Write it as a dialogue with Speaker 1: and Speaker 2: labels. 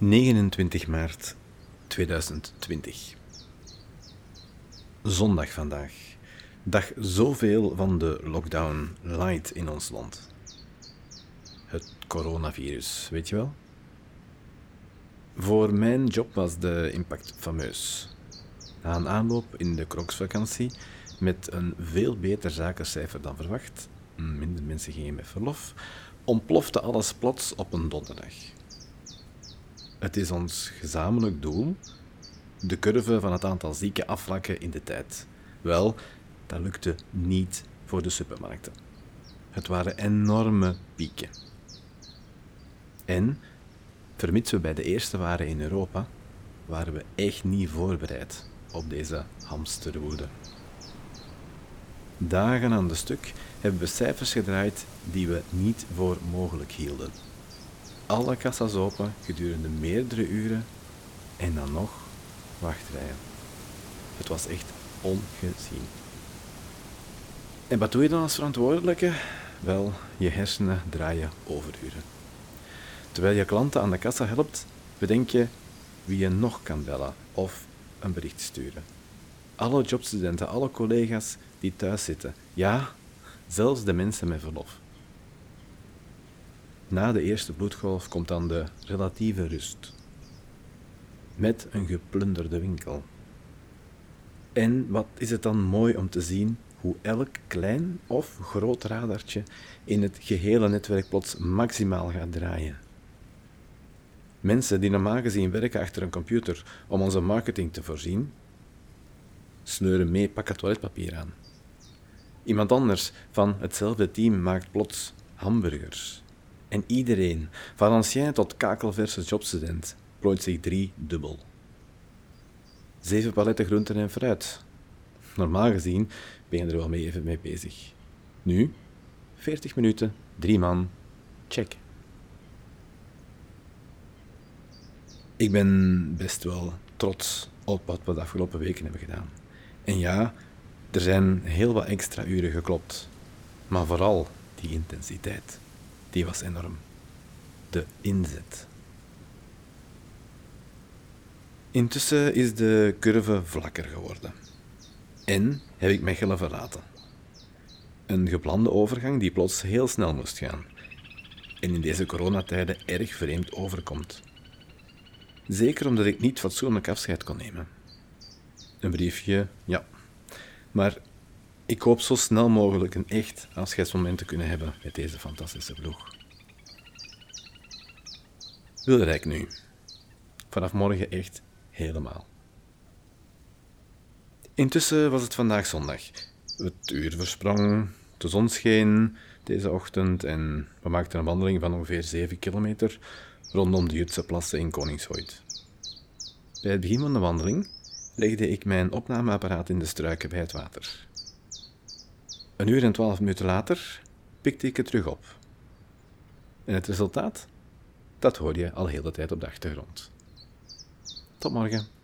Speaker 1: 29 maart 2020. Zondag vandaag. Dag zoveel van de lockdown light in ons land. Het coronavirus, weet je wel? Voor mijn job was de impact fameus. Na een aanloop in de kroksvakantie met een veel beter zakencijfer dan verwacht, minder mensen gingen met verlof, ontplofte alles plots op een donderdag. Het is ons gezamenlijk doel de curve van het aantal zieken afvlakken in de tijd. Wel, dat lukte niet voor de supermarkten. Het waren enorme pieken. En, vermits we bij de eerste waren in Europa, waren we echt niet voorbereid op deze hamsterwoede. Dagen aan de stuk hebben we cijfers gedraaid die we niet voor mogelijk hielden. Alle kassa's open gedurende meerdere uren en dan nog wachtrijen. Het was echt ongezien. En wat doe je dan als verantwoordelijke? Wel, je hersenen draaien overuren. Terwijl je klanten aan de kassa helpt, bedenk je wie je nog kan bellen of een bericht sturen. Alle jobstudenten, alle collega's die thuis zitten. Ja, zelfs de mensen met verlof. Na de eerste bloedgolf komt dan de relatieve rust. Met een geplunderde winkel. En wat is het dan mooi om te zien hoe elk klein of groot radartje in het gehele netwerk plots maximaal gaat draaien. Mensen die normaal gezien werken achter een computer om onze marketing te voorzien, sleuren mee pakken toiletpapier aan. Iemand anders van hetzelfde team maakt plots hamburgers. En iedereen, van ancien tot kakelverse jobstudent, plooit zich 3 dubbel. 7 paletten groenten en fruit. Normaal gezien ben je er wel even mee bezig. Nu, 40 minuten, 3 man, check. Ik ben best wel trots op wat we de afgelopen weken hebben gedaan. En ja, er zijn heel wat extra uren geklopt. Maar vooral die intensiteit, die was enorm. De inzet. Intussen is de curve vlakker geworden. En heb ik Mechelen verlaten. Een geplande overgang die plots heel snel moest gaan. En in deze coronatijden erg vreemd overkomt. Zeker omdat ik niet fatsoenlijk afscheid kon nemen. Een briefje, ja. Maar ik hoop zo snel mogelijk een echt afscheidsmoment te kunnen hebben met deze fantastische ploeg. Wilrijk nu. Vanaf morgen echt helemaal. Intussen was het vandaag zondag. Het uur versprong, de zon scheen deze ochtend en we maakten een wandeling van ongeveer 7 kilometer rondom de Jutse plassen in Koningshoeit. Bij het begin van de wandeling legde ik mijn opnameapparaat in de struiken bij het water. 1 uur en 12 minuten later pikte ik het terug op. En het resultaat? Dat hoor je al heel de tijd op de achtergrond. Tot morgen.